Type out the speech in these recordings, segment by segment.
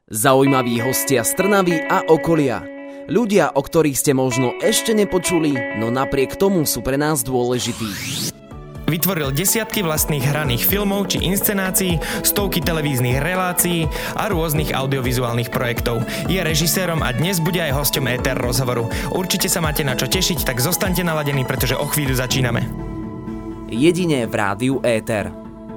Zaujímaví hostia z Trnavy a okolia. Ľudia, o ktorých ste možno ešte nepočuli, no napriek tomu sú pre nás dôležití. Vytvoril desiatky vlastných hraných filmov či inscenácií, stovky televíznych relácií a rôznych audiovizuálnych projektov. Je režisérom a dnes bude aj hosťom Éter rozhovoru. Určite sa máte na čo tešiť, tak zostaňte naladení, pretože o chvíľu začíname. Jedine v rádiu Éter.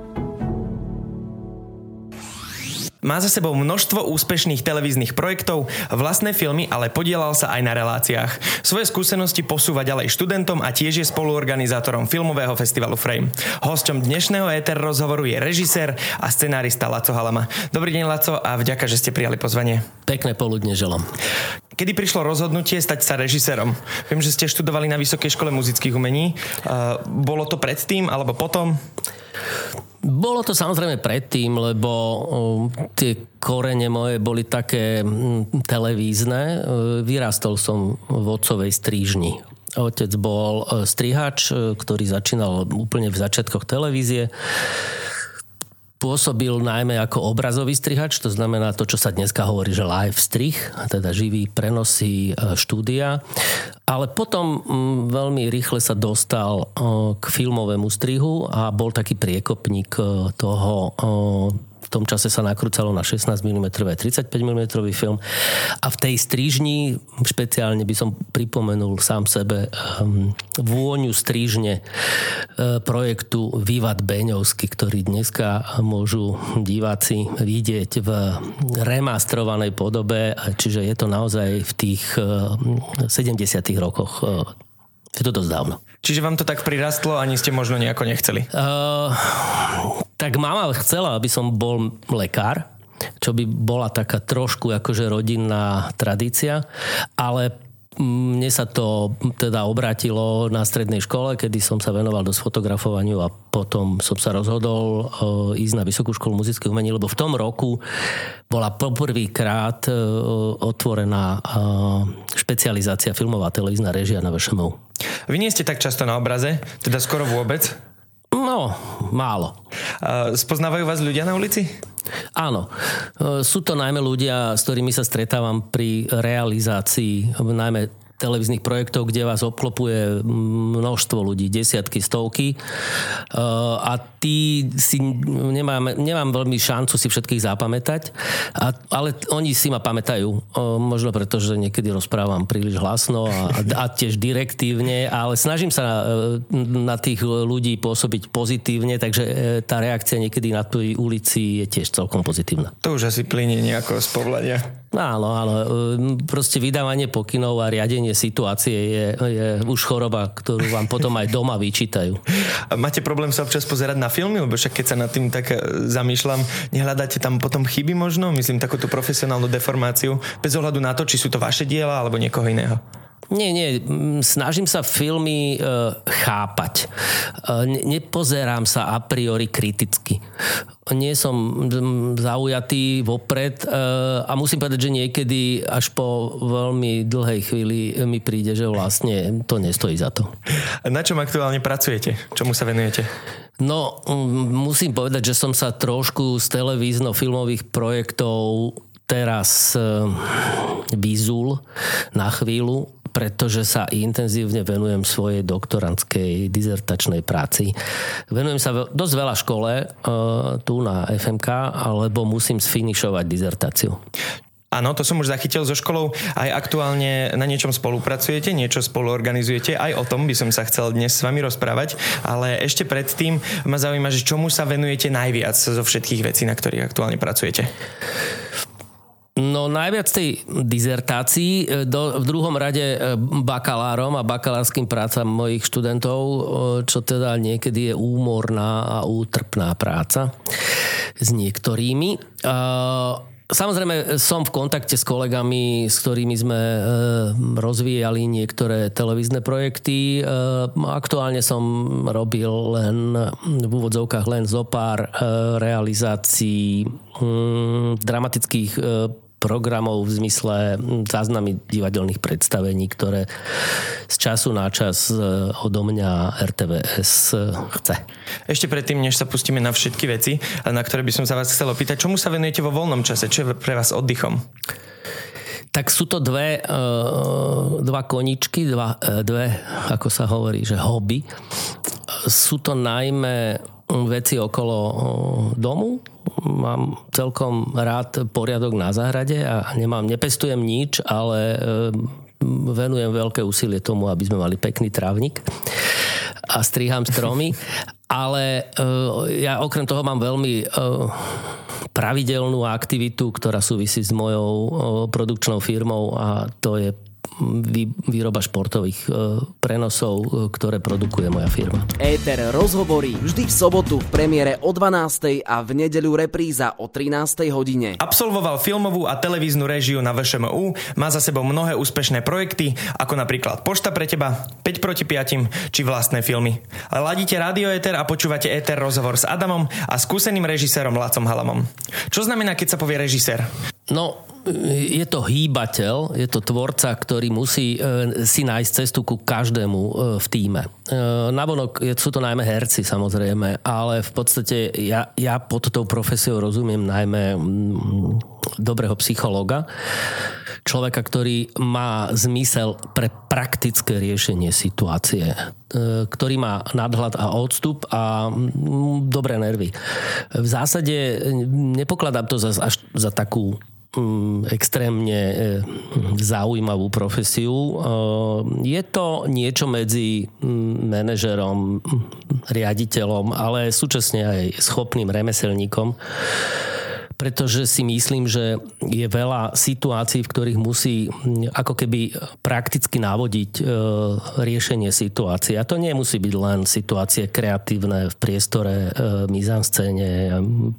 Má za sebou množstvo úspešných televíznych projektov, vlastné filmy, ale podieľal sa aj na reláciách. Svoje skúsenosti posúva ďalej študentom a tiež je spoluorganizátorom filmového festivalu Frame. Hosťom dnešného Éter rozhovoru je režisér a scenárista Laco Halama. Dobrý deň, Laco, a vďaka, že ste prijali pozvanie. Pekné poludne želám. Kedy prišlo rozhodnutie stať sa režisérom? Viem, že ste študovali na Vysokej škole muzických umení. Bolo to predtým alebo potom? Bolo to samozrejme predtým, lebo tie korene moje boli také televízne. Vyrastol som v otcovej strížni. Otec bol strihač, ktorý začínal úplne v začiatkoch televízie. Pôsobil najmä ako obrazový strihač, to znamená to, čo sa dneska hovorí, že live strih, teda živý prenosy štúdia. Ale potom veľmi rýchle sa dostal k filmovému strihu a bol taký priekopník toho. V tom čase sa nakrúcalo na 16 mm a 35 mm film. A v tej strižni špeciálne by som pripomenul sám sebe vôňu strižne projektu Vývad Beňovský, ktorý dneska môžu diváci vidieť v remastrovanej podobe. Čiže je to naozaj v tých 70. rokoch. Je to dosť dávno. Čiže vám to tak prirastlo, ani ste možno nejako nechceli? Tak mama chcela, aby som bol lekár, čo by bola taká trošku akože rodinná tradícia, ale mne sa to teda obrátilo na strednej škole, kedy som sa venoval dosť fotografovaniu a potom som sa rozhodol ísť na Vysokú školu muzických umení, lebo v tom roku bola poprvýkrát otvorená špecializácia filmová televízna réžia na VŠMU. Vy nie ste tak často na obraze, teda skoro vôbec? No, málo. Spoznávajú vás ľudia na ulici? Áno. Sú to najmä ľudia, s ktorými sa stretávam pri realizácii najmä televíznych projektov, kde vás obklopuje množstvo ľudí, desiatky, stovky. A tí si nemám veľmi šancu si všetkých zapamätať, ale oni si ma pamätajú. Možno preto, že niekedy rozprávam príliš hlasno a tiež direktívne, ale snažím sa na tých ľudí pôsobiť pozitívne, takže tá reakcia niekedy na tej ulici je tiež celkom pozitívna. To už asi plynie nejako z povlania. Áno, proste vydávanie pokynov a riadenie situácie je už choroba, ktorú vám potom aj doma vyčítajú. Máte problém sa občas pozerať na filmy? Lebo však keď sa nad tým tak zamýšľam, nehľadáte tam potom chyby možno? Myslím takúto profesionálnu deformáciu, bez ohľadu na to, či sú to vaše diela alebo niekoho iného. Nie, snažím sa filmy chápať. Nepozerám sa a priori kriticky. Nie som zaujatý vopred a musím povedať, že niekedy až po veľmi dlhej chvíli mi príde, že vlastne to nestojí za to. Na čom aktuálne pracujete? Čomu sa venujete? No, musím povedať, že som sa trošku z televízno-filmových projektov teraz vyzul na chvíľu, pretože sa intenzívne venujem svojej doktorandskej dizertačnej práci. Venujem sa dosť veľa škole tu na FMK, alebo musím sfinišovať dizertáciu. Áno, to som už zachytil so školou. Aj aktuálne na niečom spolupracujete, niečo spolu organizujete. Aj o tom by som sa chcel dnes s vami rozprávať. Ale ešte predtým ma zaujíma, že čomu sa venujete najviac zo všetkých vecí, na ktorých aktuálne pracujete? No najviac tej dizertácii, v druhom rade bakalárom a bakalárskym prácam mojich študentov, čo teda niekedy je úmorná a útrpná práca s niektorými. Samozrejme som v kontakte s kolegami, s ktorými sme rozvíjali niektoré televízne projekty. Aktuálne som robil len v úvodzovkách len zopár realizácií dramatických programov v zmysle záznamy divadelných predstavení, ktoré z času na čas odo mňa RTVS chce. Ešte predtým, než sa pustíme na všetky veci, na ktoré by som sa vás chcel opýtať, čomu sa venujete vo voľnom čase? Čo je pre vás oddychom? Tak sú to dva koničky, dve, ako sa hovorí, že hobby. Sú to najmä veci okolo domu. Mám celkom rád poriadok na záhrade a nepestujem nič, ale venujem veľké úsilie tomu, aby sme mali pekný trávnik a strihám stromy. Ale ja okrem toho mám veľmi pravidelnú aktivitu, ktorá súvisí s mojou produkčnou firmou a to je výroba športových prenosov, ktoré produkuje moja firma. Éter rozhovorí vždy v sobotu v premiére o 12:00 a v nedeľu repríza o 13:00 hodine. Absolvoval filmovú a televíznu réžiu na VŠMU, má za sebou mnohé úspešné projekty, ako napríklad Pošta pre teba, 5 proti 5 či vlastné filmy. Ladíte Rádio Éter a počúvate Éter rozhovor s Adamom a skúseným režisérom Lacom Halamom. Čo znamená, keď sa povie režisér? No, je to hýbateľ, je to tvorca, ktorý musí si nájsť cestu ku každému v tíme. Navonok sú to najmä herci, samozrejme, ale v podstate ja pod tou profesiou rozumiem najmä dobrého psychológa, človeka, ktorý má zmysel pre praktické riešenie situácie, ktorý má nadhľad a odstup a dobré nervy. V zásade nepokladám to až za takú extrémne zaujímavú profesiu. Je to niečo medzi manažerom, riaditeľom, ale súčasne aj schopným remeselníkom, pretože si myslím, že je veľa situácií, v ktorých musí ako keby prakticky navodiť riešenie situácie. A to nemusí byť len situácie kreatívne v priestore, mizanscéne,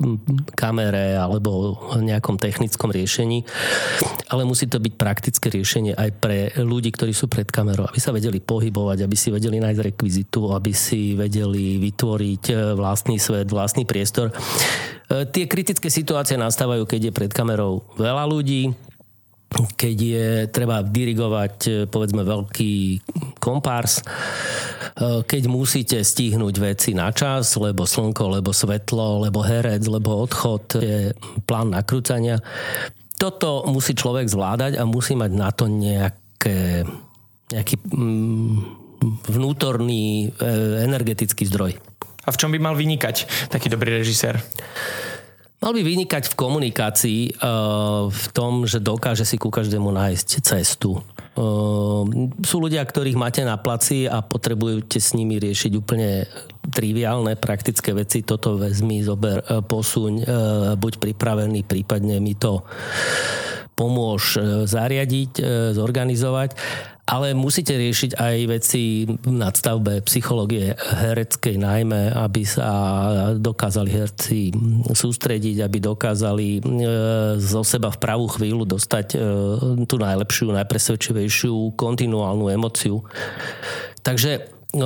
kamere alebo nejakom technickom riešení, ale musí to byť praktické riešenie aj pre ľudí, ktorí sú pred kamerou, aby sa vedeli pohybovať, aby si vedeli nájsť rekvizitu, aby si vedeli vytvoriť vlastný svet, vlastný priestor. Tie kritické situácie nastávajú, keď je pred kamerou veľa ľudí, keď je treba dirigovať, povedzme, veľký kompárs, keď musíte stihnúť veci na čas, lebo slnko, lebo svetlo, lebo herec, lebo odchod, je plán nakrúcania. Toto musí človek zvládať a musí mať na to nejaký vnútorný energetický zdroj. A v čom by mal vynikať taký dobrý režisér? Mal by vynikať v komunikácii, v tom, že dokáže si ku každému nájsť cestu. Sú ľudia, ktorých máte na placi a potrebujete s nimi riešiť úplne triviálne, praktické veci. Toto vezmi, zober, posuň, buď pripravený, prípadne mi to pomôž zariadiť, zorganizovať. Ale musíte riešiť aj veci v nadstavbe psychológie hereckej najmä, aby sa dokázali herci sústrediť, aby dokázali zo seba v pravú chvíľu dostať tú najlepšiu, najpresvedčivejšiu kontinuálnu emóciu. Takže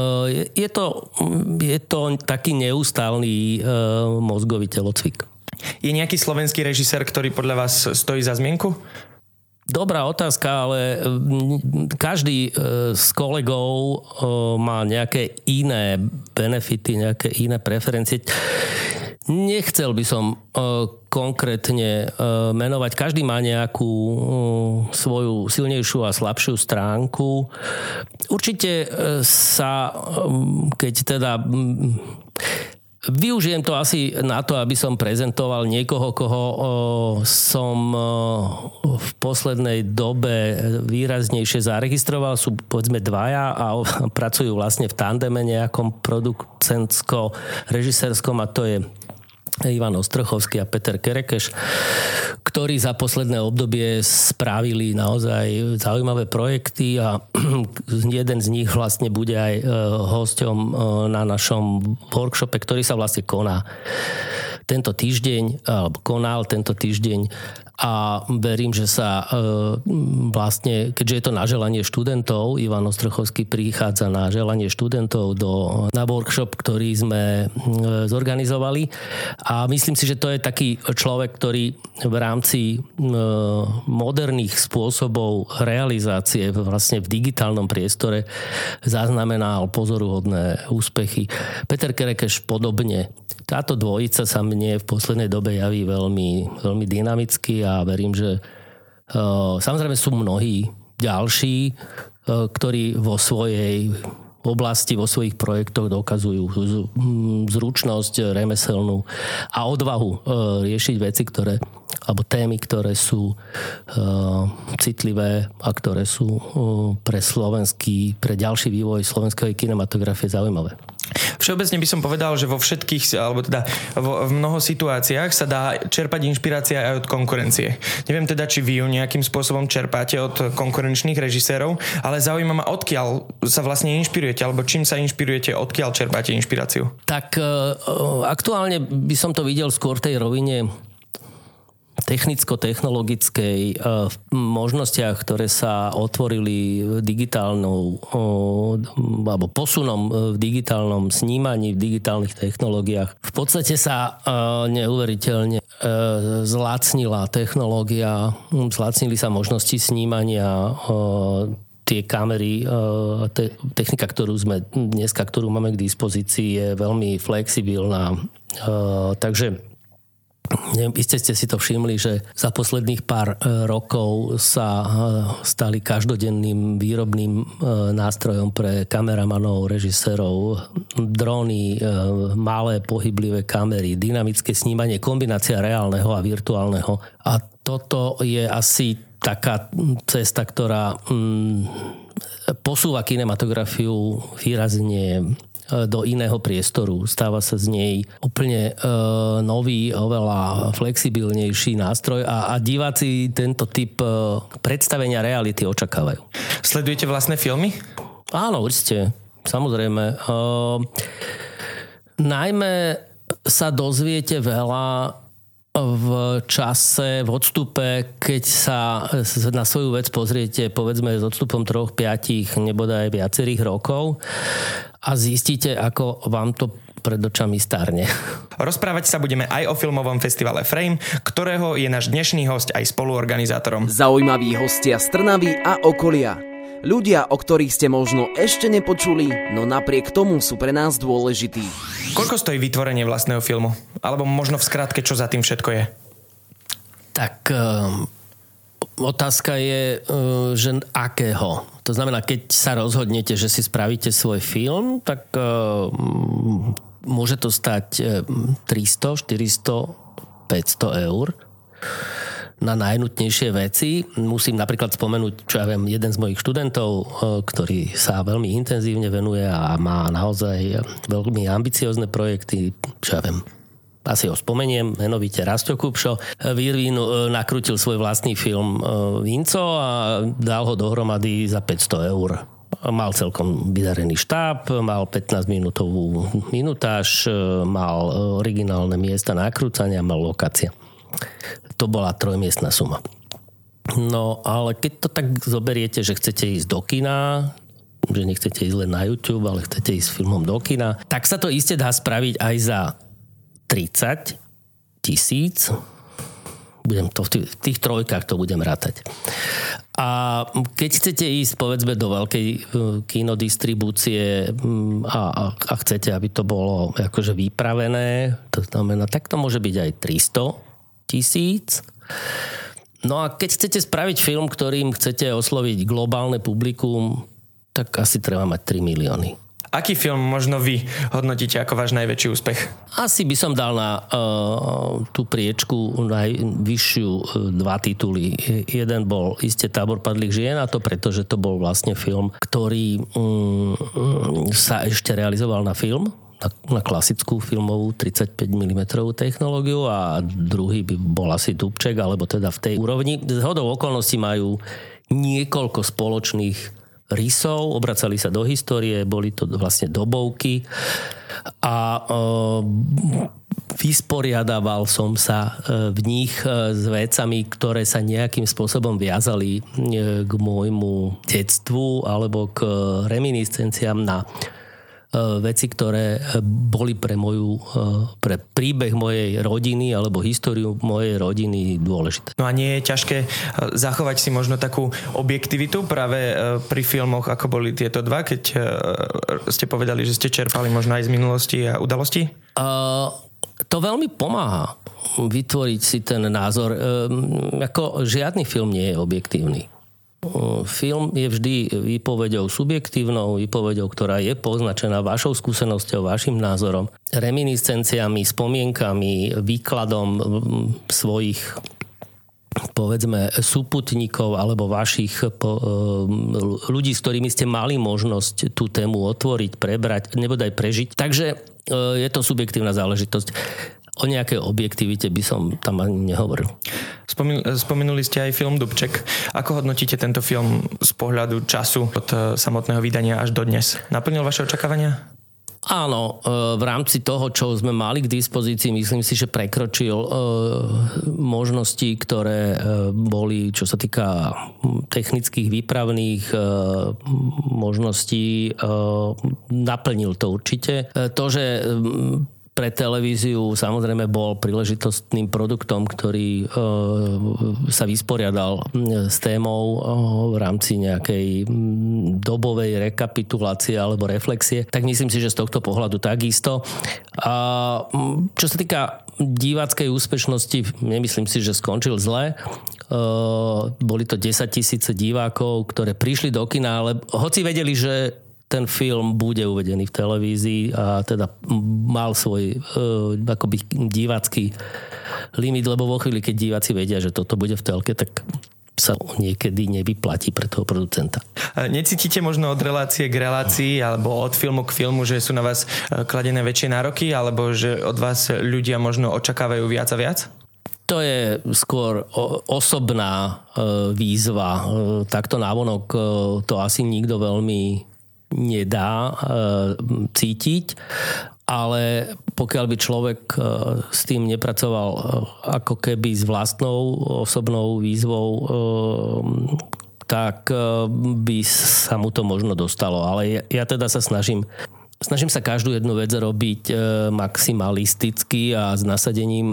je to taký neustálny mozgový telocvik. Je nejaký slovenský režisér, ktorý podľa vás stojí za zmienku? Dobrá otázka, ale každý z kolegov má nejaké iné benefity, nejaké iné preferencie. Nechcel by som konkrétne menovať. Každý má nejakú svoju silnejšiu a slabšiu stránku. Určite sa, keď teda využijem to asi na to, aby som prezentoval niekoho, koho som v poslednej dobe výraznejšie zaregistroval. Sú povedzme dvaja a pracujú vlastne v tandeme nejakom producentsko-režisérskom a to je Ivan Ostrochovský a Peter Kerekeš, ktorí za posledné obdobie spravili naozaj zaujímavé projekty a jeden z nich vlastne bude aj hosťom na našom workshope, ktorý sa vlastne koná tento týždeň, alebo konal tento týždeň a verím, že sa vlastne, keďže je to na želanie študentov, Ivan Ostrochovský prichádza na želanie študentov na workshop, ktorý sme zorganizovali a myslím si, že to je taký človek, ktorý v rámci moderných spôsobov realizácie vlastne v digitálnom priestore zaznamenal pozoruhodné úspechy. Peter Kerekeš podobne. Táto dvojica sa mne v poslednej dobe javí veľmi, veľmi dynamicky a verím, že samozrejme sú mnohí ďalší, ktorí vo svojej oblasti, vo svojich projektoch dokazujú zručnosť remeselnú a odvahu riešiť veci, alebo témy, ktoré sú citlivé a ktoré sú pre ďalší vývoj slovenskej kinematografie zaujímavé. Všeobecne by som povedal, že vo všetkých, alebo teda v mnoho situáciách sa dá čerpať inšpirácia aj od konkurencie. Neviem teda, či vy ju nejakým spôsobom čerpáte od konkurenčných režisérov, ale zaujíma ma, odkiaľ sa vlastne inšpirujete, alebo čím sa inšpirujete, odkiaľ čerpáte inšpiráciu? Tak aktuálne by som to videl skôr v tej rovine technicko-technologickej možnostiach, ktoré sa otvorili digitálnou alebo posunom v digitálnom snímaní, v digitálnych technológiách. V podstate sa neuveriteľne zlacnila technológia, zlacnili sa možnosti snímania, tie kamery, technika, ktorú máme k dispozícii, je veľmi flexibilná. Takže iste ste si to všimli, že za posledných pár rokov sa stali každodenným výrobným nástrojom pre kameramanov, režisérov, dróny, malé pohyblivé kamery, dynamické snímanie, kombinácia reálneho a virtuálneho. A toto je asi taká cesta, ktorá posúva kinematografiu výrazne do iného priestoru. Stáva sa z nej úplne nový, oveľa flexibilnejší nástroj a diváci tento typ predstavenia reality očakávajú. Sledujete vlastné filmy? Áno, určite. Samozrejme. Najmä sa dozviete veľa v čase, v odstupe, keď sa na svoju vec pozriete, povedzme s odstupom 3, 5, nebodaj viacerých rokov a zistíte, ako vám to pred očami starne. Rozprávať sa budeme aj o filmovom festivale Frame, ktorého je náš dnešný hosť aj spoluorganizátorom. Zaujímaví hostia z Trnavy a okolia. Ľudia, o ktorých ste možno ešte nepočuli, no napriek tomu sú pre nás dôležití. Koľko stojí vytvorenie vlastného filmu? Alebo možno v skratke, čo za tým všetko je? Tak otázka je, že akého. To znamená, keď sa rozhodnete, že si spravíte svoj film, tak môže to stať 300, 400, 500 eur. Na najnutnejšie veci. Musím napríklad spomenúť, čo ja viem, jeden z mojich študentov, ktorý sa veľmi intenzívne venuje a má naozaj veľmi ambiciózne projekty, čo ja viem, asi ho spomeniem, menovite Rastio Kupšo. V Irvínu nakrútil svoj vlastný film Vinco a dal ho dohromady za 500 eur. Mal celkom vydarený štáb, mal 15-minútovú minutáž, mal originálne miesta nakrúcania, mal lokácia. To bola 3-miestna suma. No, ale keď to tak zoberiete, že chcete ísť do kina, že nechcete ísť len na YouTube, ale chcete ísť s filmom do kina, tak sa to iste dá spraviť aj za 30 000. Budem to v tých trojkách to budem rátať. A keď chcete ísť, povedzme, do veľkej kinodistribúcie a chcete, aby to bolo akože vypravené, to znamená, tak to môže byť aj 300 000. No a keď chcete spraviť film, ktorým chcete osloviť globálne publikum, tak asi treba mať 3 milióny. Aký film možno vy hodnotíte ako váš najväčší úspech? Asi by som dal na tú priečku najvyššiu 2 tituly. Jeden bol iste Tábor padlých žien, a to preto, že to bol vlastne film, ktorý sa ešte realizoval na film, na klasickú filmovú 35 mm technológiu, a druhý by bol asi Dubček, alebo teda v tej úrovni. Zhodou okolností majú niekoľko spoločných rysov, obracali sa do histórie, boli to vlastne dobovky a vysporiadával som sa v nich s vecami, ktoré sa nejakým spôsobom viazali k môjmu detstvu alebo k reminiscenciám na veci, ktoré boli pre príbeh mojej rodiny alebo históriu mojej rodiny dôležité. No a nie je ťažké zachovať si možno takú objektivitu práve pri filmoch, ako boli tieto dva, keď ste povedali, že ste čerpali možno aj z minulosti a udalosti? To veľmi pomáha vytvoriť si ten názor. Ako žiadny film nie je objektívny. Film je vždy výpoveďou subjektívnou, výpoveďou, ktorá je poznačená vašou skúsenosťou, vašim názorom, reminiscenciami, spomienkami, výkladom svojich, povedzme, súputníkov alebo vašich ľudí, s ktorými ste mali možnosť tú tému otvoriť, prebrať, nebodaj prežiť. Takže je to subjektívna záležitosť. O nejakej objektivite by som tam ani nehovoril. Spomenuli ste aj film Dubček. Ako hodnotíte tento film z pohľadu času od samotného vydania až do dnes? Naplnil vaše očakávania? Áno, v rámci toho, čo sme mali k dispozícii, myslím si, že prekročil možnosti, ktoré boli, čo sa týka technických výpravných možností, naplnil to určite. To, že pre televíziu samozrejme bol príležitostným produktom, ktorý sa vysporiadal s témou v rámci nejakej dobovej rekapitulácie alebo reflexie, tak myslím si, že z tohto pohľadu takisto. A čo sa týka diváckej úspešnosti, nemyslím si, že skončil zle. Boli to 10 000 divákov, ktoré prišli do kina, ale hoci vedeli, že ten film bude uvedený v televízii a teda mal svoj akoby divácky limit, lebo vo chvíli, keď diváci vedia, že toto bude v telke, tak sa niekedy nevyplatí pre toho producenta. Necítite možno od relácie k relácii alebo od filmu k filmu, že sú na vás kladené väčšie nároky alebo že od vás ľudia možno očakávajú viac a viac? To je skôr osobná výzva. Takto návonok to asi nikto veľmi nedá cítiť, ale pokiaľ by človek s tým nepracoval ako keby s vlastnou osobnou výzvou, tak by sa mu to možno dostalo. Ale ja teda sa snažím sa každú jednu vec robiť maximalisticky a s nasadením,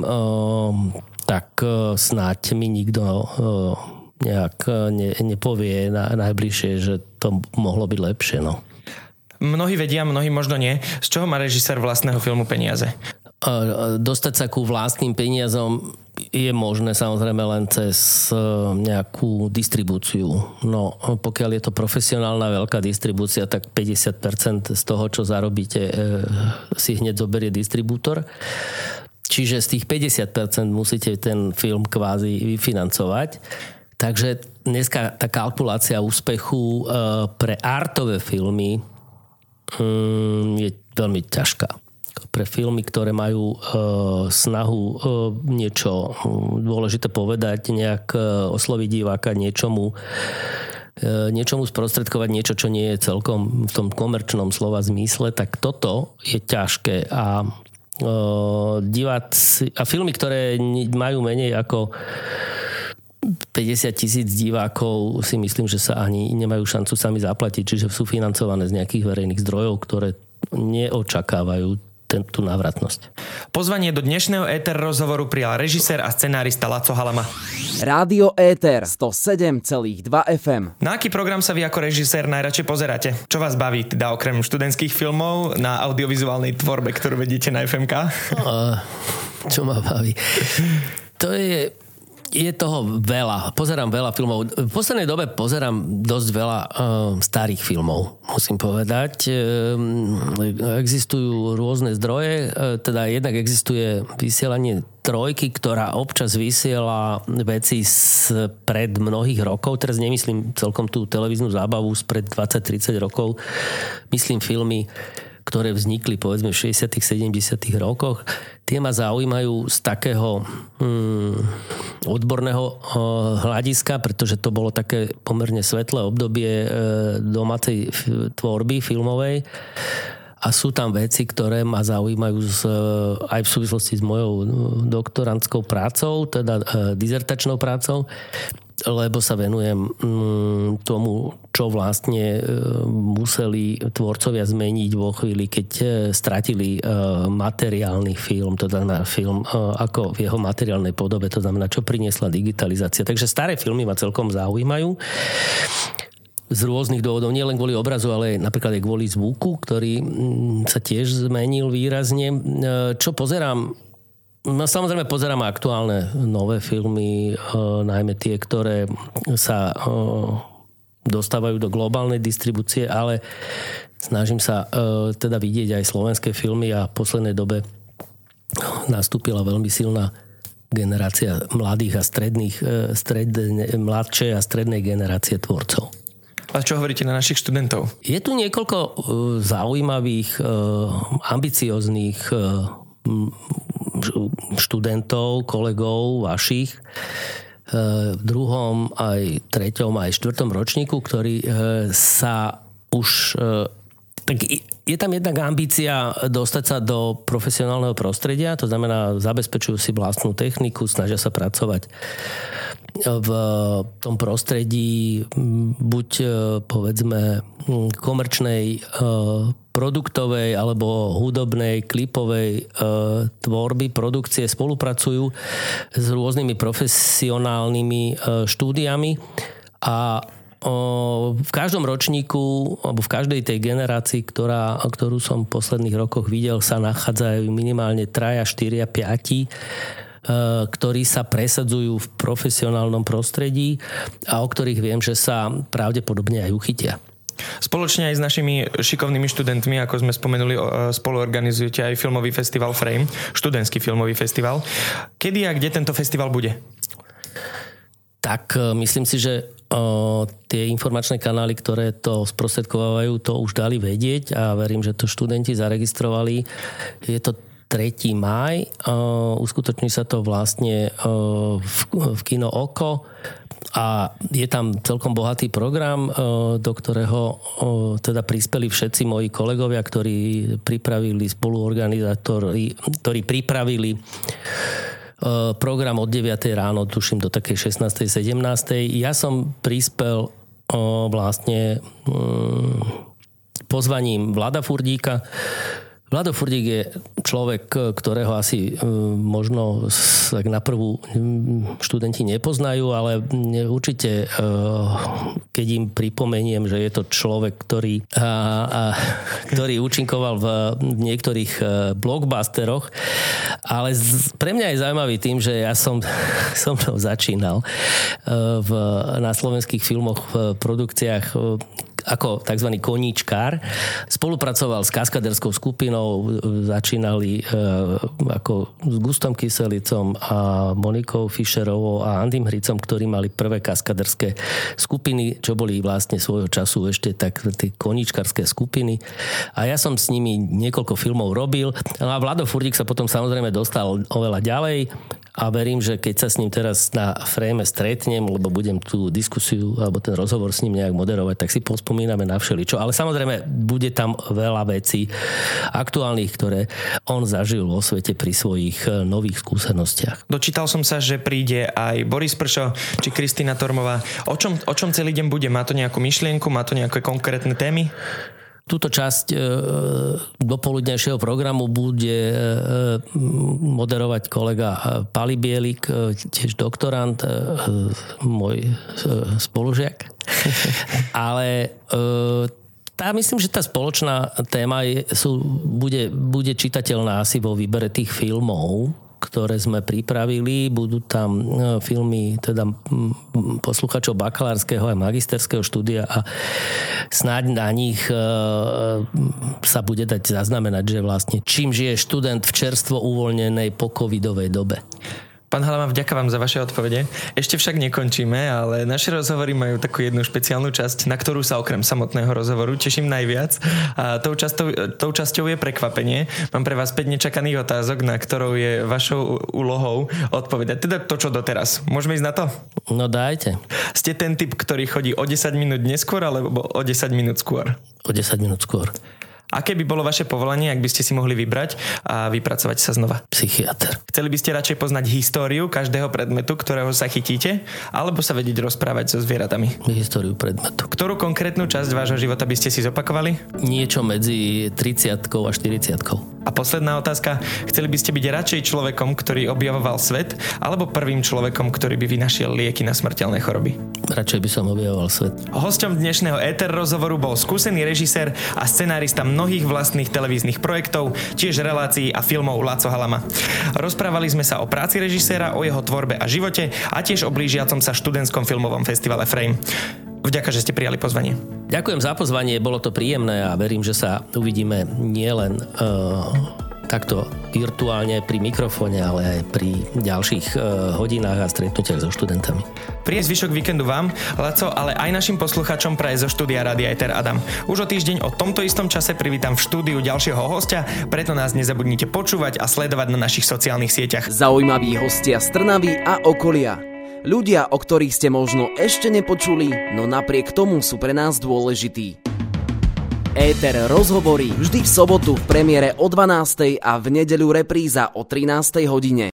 tak snáď mi nikto nejak nepovie najbližšie, že to mohlo byť lepšie. No. Mnohí vedia, mnohí možno nie. Z čoho má režisér vlastného filmu peniaze? Dostať sa ku vlastným peniazom je možné samozrejme len cez nejakú distribúciu. No, pokiaľ je to profesionálna veľká distribúcia, tak 50% z toho, čo zarobíte, si hneď zoberie distribútor. Čiže z tých 50% musíte ten film kvázi vyfinancovať. Takže dneska tá kalkulácia úspechu pre artové filmy je veľmi ťažká. Pre filmy, ktoré majú snahu niečo dôležité povedať, nejak osloviť diváka, niečomu sprostredkovať niečo, čo nie je celkom v tom komerčnom slova zmysle, tak toto je ťažké. A diváci a filmy, ktoré majú menej ako 50 000 divákov, si myslím, že sa ani nemajú šancu sami zaplatiť, čiže sú financované z nejakých verejných zdrojov, ktoré neočakávajú tú návratnosť. Pozvanie do dnešného éter rozhovoru prijal režisér a scenárista Laco Halama. Rádio Éter 107,2 FM. Na aký program sa vy ako režisér najradšej pozeráte? Čo vás baví, teda okrem študentských filmov na audiovizuálnej tvorbe, ktorú vedíte na FMK? Čo ma baví? To je toho veľa. Pozerám veľa filmov. V poslednej dobe pozerám dosť veľa starých filmov, musím povedať. Existujú rôzne zdroje, teda jednak existuje vysielanie Trojky, ktorá občas vysiela veci pred mnohých rokov. Teraz nemyslím celkom tú televíznu zábavu spred 20-30 rokov. Myslím filmy, ktoré vznikli povedzme v 60 70 rokoch. Tie ma zaujímajú z takého odborného hľadiska, pretože to bolo také pomerne svetlé obdobie domácej tvorby filmovej. a sú tam veci, ktoré ma zaujímajú aj v súvislosti s mojou doktorantskou prácou, teda dizertačnou prácou, lebo sa venujem tomu, čo vlastne museli tvorcovia zmeniť vo chvíli, keď stratili materiálny film, to znamená film ako v jeho materiálnej podobe, to znamená, čo priniesla digitalizácia. Takže staré filmy ma celkom zaujímajú z rôznych dôvodov, nielen kvôli obrazu, ale napríklad aj kvôli zvuku, ktorý sa tiež zmenil výrazne. Čo pozerám? No, samozrejme pozerám aktuálne nové filmy, najmä tie, ktoré sa dostávajú do globálnej distribúcie, ale snažím sa teda vidieť aj slovenské filmy a v poslednej dobe nastúpila veľmi silná generácia mladých a mladšej a strednej generácie tvorcov. A čo hovoríte na našich študentov? Je tu niekoľko zaujímavých, ambicióznych študentov, kolegov vašich v druhom, aj treťom, aj štvrtom ročníku, ktorí sa už... Tak je tam jednak ambícia dostať sa do profesionálneho prostredia, to znamená, zabezpečujú si vlastnú techniku, snažia sa pracovať v tom prostredí buď povedzme komerčnej, produktovej alebo hudobnej, klipovej tvorby, produkcie, spolupracujú s rôznymi profesionálnymi štúdiami a v každom ročníku alebo v každej tej generácii, ktorú som v posledných rokoch videl, sa nachádzajú minimálne 3, 4, 5, ktorí sa presadzujú v profesionálnom prostredí a o ktorých viem, že sa pravdepodobne aj uchytia. Spoločne aj s našimi šikovnými študentmi, ako sme spomenuli, spoluorganizujete aj filmový festival Frame, študentský filmový festival. Kedy a kde tento festival bude? Tak myslím si, že tie informačné kanály, ktoré to sprostredkovávajú, to už dali vedieť a verím, že to študenti zaregistrovali. Je to 3. máj. Uskutoční sa to vlastne v Kino Oko a je tam celkom bohatý program, do ktorého teda prispeli všetci moji kolegovia, ktorí pripravili spoluorganizátori, ktorí pripravili program od 9 ráno, tuším, do takej 16. 17. Ja som prispel vlastne pozvaním Vlada Furdíka. Vlado Furdík je človek, ktorého asi možno tak na prvú študenti nepoznajú, ale určite, keď im pripomeniem, že je to človek, ktorý účinkoval v niektorých blockbusteroch, ale pre mňa je zaujímavý tým, že ja som začínal na slovenských filmoch v produkciách ako tzv. Koníčkár. Spolupracoval s kaskaderskou skupinou, začínali ako s Gustom Kyselicom a Monikou Fischerovou a Andym Hricom, ktorí mali prvé kaskaderské skupiny, čo boli vlastne svojho času ešte tak tie koníčkarské skupiny. A ja som s nimi niekoľko filmov robil. No a Vlado Furdík sa potom samozrejme dostal oveľa ďalej. A verím, že keď sa s ním teraz na Frame stretnem, lebo budem tú diskusiu alebo ten rozhovor s ním nejak moderovať, tak si pospomíname na všeličo. Ale samozrejme, bude tam veľa vecí aktuálnych, ktoré on zažil vo svete pri svojich nových skúsenostiach. Dočítal som sa, že príde aj Boris Pršo či Kristína Tormová. O čom celý deň bude? Má to nejakú myšlienku? Má to nejaké konkrétne témy? Túto časť dopoludnejšieho programu bude moderovať kolega Pali Bielik, tiež doktorant, môj spolužiak. Ale myslím, že tá spoločná téma bude čitateľná asi vo výbere tých filmov, ktoré sme pripravili. Budú tam filmy teda posluchačov bakalárskeho a magisterského štúdia a snáď na nich sa bude dať zaznamenať, že vlastne čím žije študent v čerstvo uvoľnenej po-covidovej dobe. Pán Halama, vďaka vám za vaše odpovede. Ešte však nekončíme, ale naše rozhovory majú takú jednu špeciálnu časť, na ktorú sa okrem samotného rozhovoru teším najviac. A tou časťou je prekvapenie. Mám pre vás 5 nečakaných otázok, na ktorou je vašou úlohou odpovedať. Teda to, čo doteraz. Môžeme ísť na to? No dajte. Ste ten typ, ktorý chodí o 10 minút neskôr, alebo o 10 minút skôr? O 10 minút skôr. Aké by bolo vaše povolanie, ak by ste si mohli vybrať a vypracovať sa znova? Psychiatr. Chceli by ste radšej poznať históriu každého predmetu, ktorého sa chytíte, alebo sa vedieť rozprávať so zvieratami? Históriu predmetu. Ktorú konkrétnu časť vášho života by ste si zopakovali? Niečo medzi 30-kou a 40-kou. A posledná otázka. Chceli by ste byť radšej človekom, ktorý objavoval svet, alebo prvým človekom, ktorý by vynašiel lieky na smrteľné choroby? Radšej by som objavoval svet. Hosťom dnešného Éter rozhovoru bol skúsený režisér a scenárista mnohých vlastných televíznych projektov, tiež relácií a filmov Laco Halama. Rozprávali sme sa o práci režiséra, o jeho tvorbe a živote a tiež o blížiacom sa študentskom filmovom festivale Frame. Vďaka, že ste prijali pozvanie. Ďakujem za pozvanie, bolo to príjemné a verím, že sa uvidíme nielen takto virtuálne pri mikrofóne, ale aj pri ďalších hodinách a stretnutiach so študentami. Príjemný zvyšok víkendu vám, Laco, ale aj našim poslucháčom praje zo štúdia Rádia Éter Adam. Už o týždeň o tomto istom čase privítam v štúdiu ďalšieho hostia, preto nás nezabudnite počúvať a sledovať na našich sociálnych sieťach. Zaujímaví hostia z Trnavy a okolia. Ľudia, o ktorých ste možno ešte nepočuli, no napriek tomu sú pre nás dôležití. Éter rozhovory vždy v sobotu v premiére o 12:00 a v nedeľu repríza o 13:00 hodine.